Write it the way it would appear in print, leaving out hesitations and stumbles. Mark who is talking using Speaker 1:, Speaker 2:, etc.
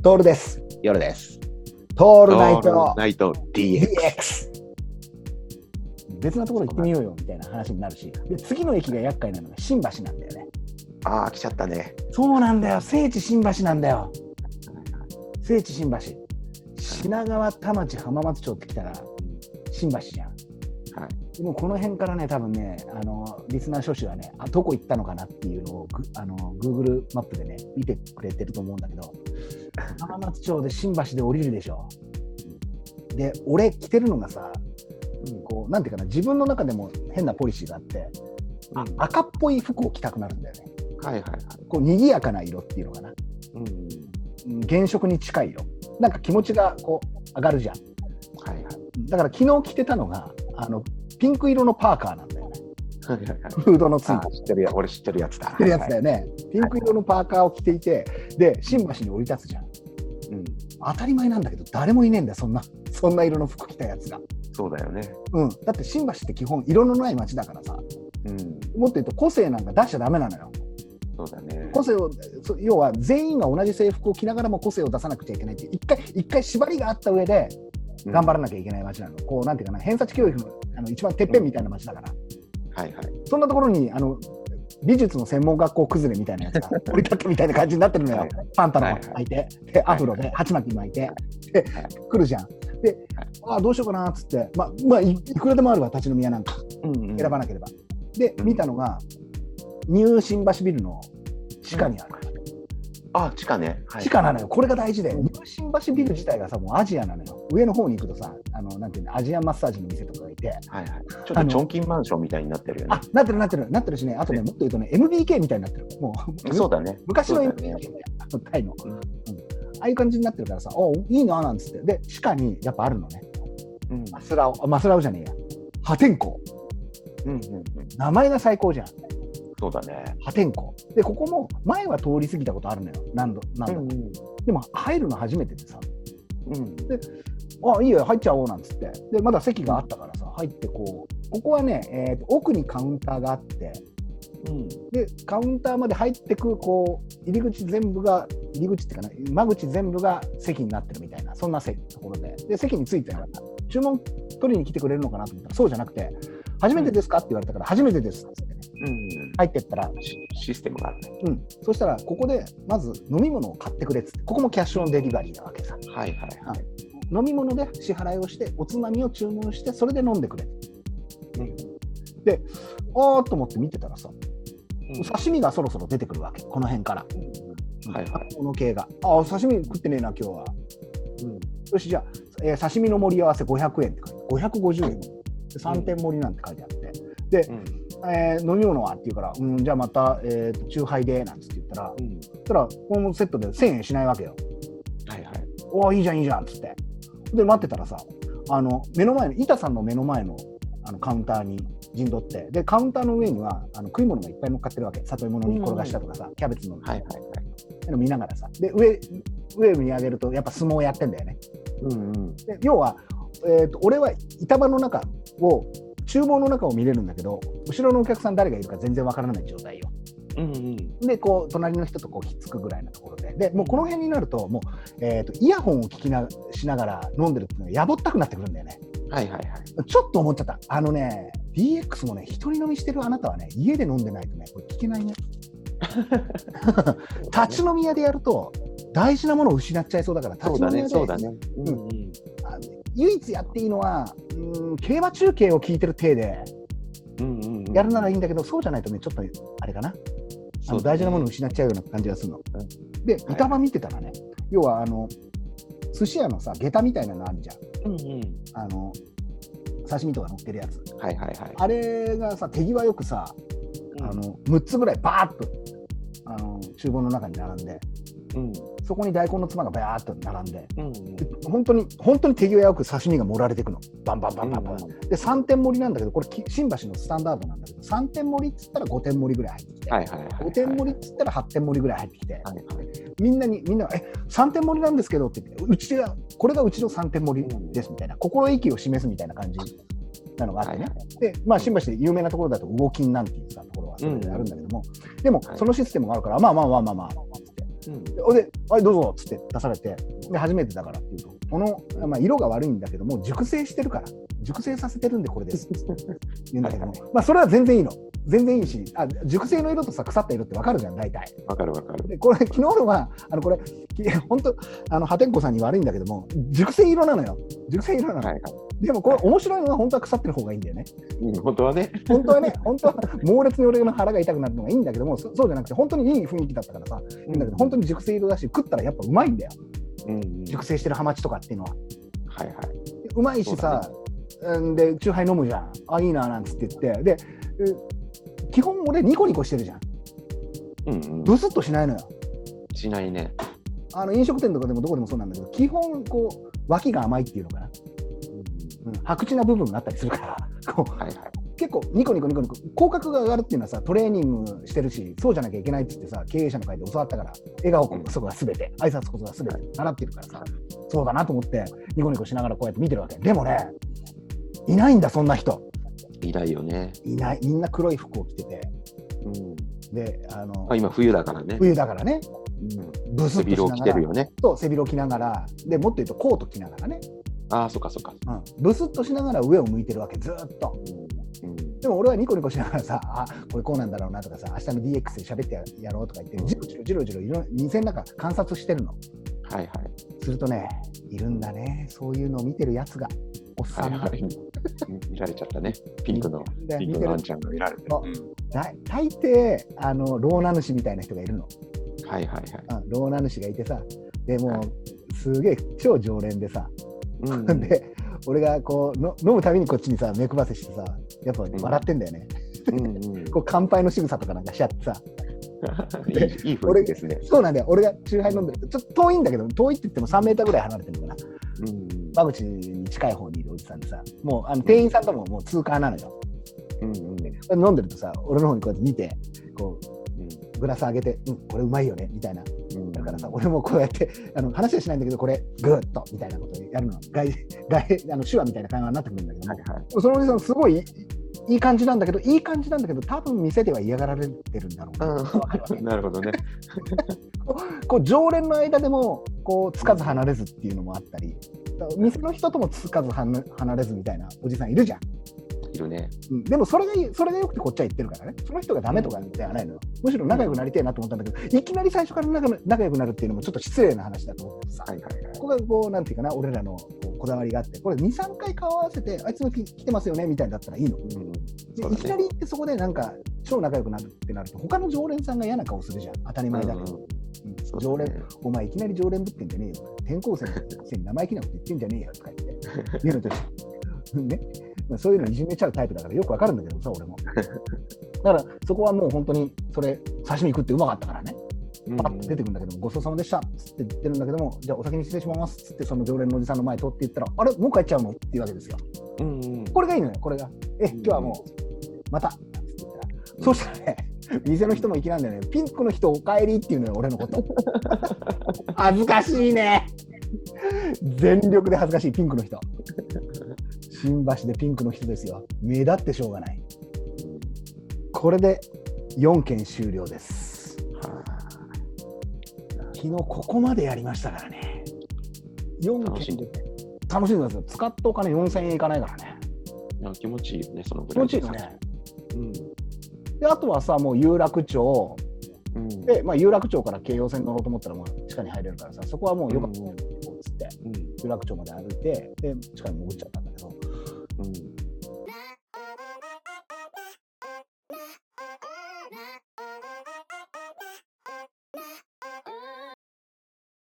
Speaker 1: トールです。
Speaker 2: 夜です。
Speaker 1: トールナイト
Speaker 2: DX。
Speaker 1: 別なところ行ってみようよみたいな話になるし、で次の駅が厄介なのが新橋なんだよね。
Speaker 2: ああ、来ちゃったね。
Speaker 1: そうなんだよ、聖地新橋なんだよ。聖地新橋、品川、田町、浜松町って来たら新橋じゃん。はい、もうこの辺からね、多分ね、リスナー諸氏はね、どこ行ったのかなっていうのをGoogle マップでね、見てくれてると思うんだけど、浜松町で新橋で降りるでしょ。で、俺着てるのがさ、こうなんていうかな、自分の中でも変なポリシーがあって、赤っぽい服を着たくなるんだよね。はいはいはい。こう賑やかな色っていうのかな。原色に近い色。なんか気持ちがこう上がるじゃん。はいはい。だから昨日着てたのがピンク色のパーカーなんだよね。はいはいはい。フードのついて
Speaker 2: 知ってるや、俺知ってるやつだ。
Speaker 1: 知ってるやつだよね。はいはい、ピンク色のパーカーを着ていて、で新橋に降り立つじゃん。当たり前なんだけど誰もいねえんだよ、そんな色の服着たやつが。そうだよね。だって新橋って基本色のない街だからさ。もっと言うと個性なんか出しちゃダメなのよ。そうだね。個性を、要は全員が同じ制服を着ながらも個性を出さなくちゃいけないって一回縛りがあった上で頑張らなきゃいけない街なの。こうなんていうかな、偏差値教育の一番てっぺんみたいな街だから。はいはい。そんなところに美術の専門学校崩れみたいなやつが降り立ってみたいな感じになってるのよ。はい、パンタの巻いて、でアフロで鉢巻き巻いて、で来るじゃん。で、どうしようかなっつって、まあいくらでもあるわ、立ち飲み屋なんか、選ばなければ。で見たのがニュー新橋ビルの地下にある。地下ね。地下なのよ。これが大事で、ニュー新橋ビル自体がさ、もうアジアなのよ。上の方に行くとさ、なんていうの、アジアンマッサージの店とかがいて、はいはい、
Speaker 2: ちょっとチョンキンマンションみたいになってるよね。
Speaker 1: なってるしね、あとね、もっと言うとね、MBK みたいになってる。もう
Speaker 2: そうだね。
Speaker 1: 昔の MBK みたいな、タイの、ああいう感じになってるからさ、いいななんつって、で地下にやっぱあるのね。マスラオじゃねえや、破天荒。名前が最高じゃん。そうだね。破天荒で、ここも前は通り過ぎたことあるのよ、何度、でも入るの初めてでさ、でいいよ入っちゃおうなんつって、でまだ席があったからさ、入ってここはね、奥にカウンターがあって、でカウンターまで入ってくこう入り口っていうかな、間口全部が席になってるみたいな、そんなところで席について注文取りに来てくれるのかなと思ったら、そうじゃなくて、初めてですかって言われたから、初めてですってね、入ってったら
Speaker 2: システムがあるね。
Speaker 1: そしたらここでまず飲み物を買ってくれっつって、ここもキャッシュオンデリバリーなわけさ。はいはいはい。飲み物で支払いをして、おつまみを注文して、それで飲んでくれ。で、と思って見てたらさ、刺身がそろそろ出てくるわけ、この辺から。この系が。刺身食ってねえな今日は。よし、じゃあ、刺身の盛り合わせ500円って書いて、550円。3点盛りなんて書いてあって。で、飲み物はって言うから、じゃあまた、チューハイでなんつって言ったら、そしたらこのセットで1000円しないわけよ。いいじゃんいいじゃんっつって。で待ってたらさ、目の前の板さんの目の前のカウンターに陣取って、でカウンターの上には食い物がいっぱい乗っかってるわけ。里芋の煮転がしたとかさ、キャベツの見ながらさ、で上見上げるとやっぱ相撲やってんだよね。で要は、俺は板場の中を、厨房の中を見れるんだけど、後ろのお客さん誰がいるか全然わからない状態よ。でこう隣の人とこうひっつくぐらいのところで、もうこの辺になるともう、イヤホンをしながら飲んでるっていうのがやぼったくなってくるんだよね。ちょっと思っちゃった。DX もね、一人飲みしてるあなたはね、家で飲んでないとね、これ聞けないね。立ち飲み屋でやると大事なものを失っちゃいそうだから、立ち飲み屋で唯一やっていいのは、競馬中継を聞いてる体でやるならいいんだけど、そうじゃないとね、ちょっとあれかな、大事なものを失っちゃうような感じがするの。で板場見てたらね、要は寿司屋のさ、下駄みたいなのあるじゃん。刺身とか乗ってるやつ、あれがさ、手際よくさ、6つぐらいバーッと厨房の中に並んで、そこに大根のつまがバーッと並んで、本当に手際よく刺身が盛られていくの、バンバンバンバンバン。で3点盛りなんだけど、これ新橋のスタンダードなんだけど、3点盛りっつったら5点盛りぐらい入ってきて、5点盛りっつったら8点盛りぐらい入ってきて、みんな3点盛りなんですけどって言って、これがうちの3点盛りですみたいな、心意気を示すみたいな感じなのがあってね。で新橋で有名なところだと魚金なんていうさところはそれであるんだけども、でもそのシステムがあるから、まあって、 で、はい、どうぞっつって出されて、で、初めてだからっていうと、この、色が悪いんだけども、熟成してるから、熟成させてるんでこれですって言うんだけども、それは全然いいの。全然いいし、熟成の色とさ、腐った色って分かるじゃん、大体。
Speaker 2: 分かる。
Speaker 1: で、これ、昨日のは、これ、本当、破天荒さんに悪いんだけども、熟成色なのよ。熟成色なの。でも、これ、面白いのは、本当は腐ってる方がいいんだよね。
Speaker 2: 本当はね。
Speaker 1: 本当は猛烈に俺の腹が痛くなるのがいいんだけども、そうじゃなくて、本当にいい雰囲気だったからさ、いいんだけど、本当に熟成色だし、食ったらやっぱうまいんだよ。熟成してるハマチとかっていうのは。うまいしさ、で、チューハイ飲むじゃん。あ、いいな、なんつって言って。で、基本俺ニコニコしてるじゃん。ブスッとしないのよ。
Speaker 2: しないね。
Speaker 1: 飲食店とかでもどこでもそうなんだけど、基本こう脇が甘いっていうのかな。白痴な部分があったりするから、結構ニコニコ口角が上がるっていうのはさ、トレーニングしてるし、そうじゃなきゃいけないって言ってさ、経営者の会で教わったから、笑顔こそが全て、挨拶こそが全て習ってるからさ、そうだなと思ってニコニコしながらこうやって見てるわけ。でもね、いないんだ、そんな人。
Speaker 2: いないよね。
Speaker 1: いない。みんな黒い服を着てて。で、
Speaker 2: 今冬だからね。
Speaker 1: 冬だからね。
Speaker 2: ブスッとしながら。背広を着てるよね。
Speaker 1: そう、背広を着ながら、でもっと言うとコート着ながらね。
Speaker 2: そうか。
Speaker 1: ブスッとしながら上を向いてるわけ、ずっと。でも俺はニコニコしながらさ、これこうなんだろうなとかさ、明日の DX で喋ってやろうとか言って、じろじろ店の中観察してるの。するとね、いるんだね、そういうのを見てるやつが。おっさんが
Speaker 2: 見られちゃったね。ピンクのあんちゃんが見られてる。
Speaker 1: 大抵老名主みたいな人がいるの。老名主がいてさ、でもうすげえ超常連でさ、で俺がこう飲むたびにこっちにさ目配せしてさ、やっぱ笑ってんだよね。こう乾杯の仕草とかなんかしちゃってさ。
Speaker 2: いい雰囲気ですね。
Speaker 1: そうなんだよ。俺がチューハイ飲んでるとちょっと遠いんだけど、遠いって言っても3メーターぐらい離れてるのかな。間口に近い方にいるおじさんでさ、もう店員さんとももう通過なのよ。飲んでるとさ、俺の方にこうやって見て、こうグラス上げて、これうまいよねみたいな。だからさ、俺もこうやって話はしないんだけど、これグッとみたいなことをやるの。手話みたいな会話になってくるんだけども、そのおじさんすごいいい感じなんだけど、多分店では嫌がられてるんだろうな。
Speaker 2: なるほどね。
Speaker 1: こう常連の間でもこうつかず離れずっていうのもあったり、店の人ともつかず離れずみたいなおじさんいるじゃん。
Speaker 2: いるね。
Speaker 1: でもそれがよくてこっちは言ってるからね。その人がダメとかではないのよ。むしろ仲良くなりたいなと思ったんだけど、いきなり最初から仲良くなるっていうのもちょっと失礼な話だと思ってさ、ここがこうなんていうかな、俺らのこだわりがあって、これ 2,3 回顔合わせてあいつも来てますよねみたいだったらいいの。いきなり行ってそこでなんか超仲良くなるってなると、他の常連さんが嫌な顔するじゃん。当たり前だけど。常連、お前いきなり常連ぶってんじゃねえよ。転校生のくせに生意気なこと言ってんじゃねえよとか言って言うのとね。そういうのいじめちゃうタイプだからよくわかるんだけどさ、俺も。だからそこはもう本当にそれ刺身食ってうまかったからね。パッと出てくるんだけども、ごちそうさまでしたっつって言ってるんだけども、じゃあお先に失礼しますっつって、その常連のおじさんの前通って言ったら、あれもう帰っちゃうのっていうわけですよ。これがいいのよ、これが。今日はもうまたっつって言ったら、そうしたらね、店の人も粋なんだよね。ピンクの人お帰りっていうのよ、俺のこと。恥ずかしいね。全力で恥ずかしいピンクの人。新橋でピンクの人ですよ。目立ってしょうがない。これで4件終了です。昨日ここまでやりましたからね。4件で楽しんでますよ。使ったお金4000円いかないからね。
Speaker 2: 気持ちいいよね、そのぐらい。
Speaker 1: 気持ちいいよね。であとはさ、もう有楽町、で、有楽町から京葉線乗ろうと思ったらもう地下に入れるからさ、そこはもうよかったねってつって、有楽町まで歩いて、で地下に潜っちゃったんだけど、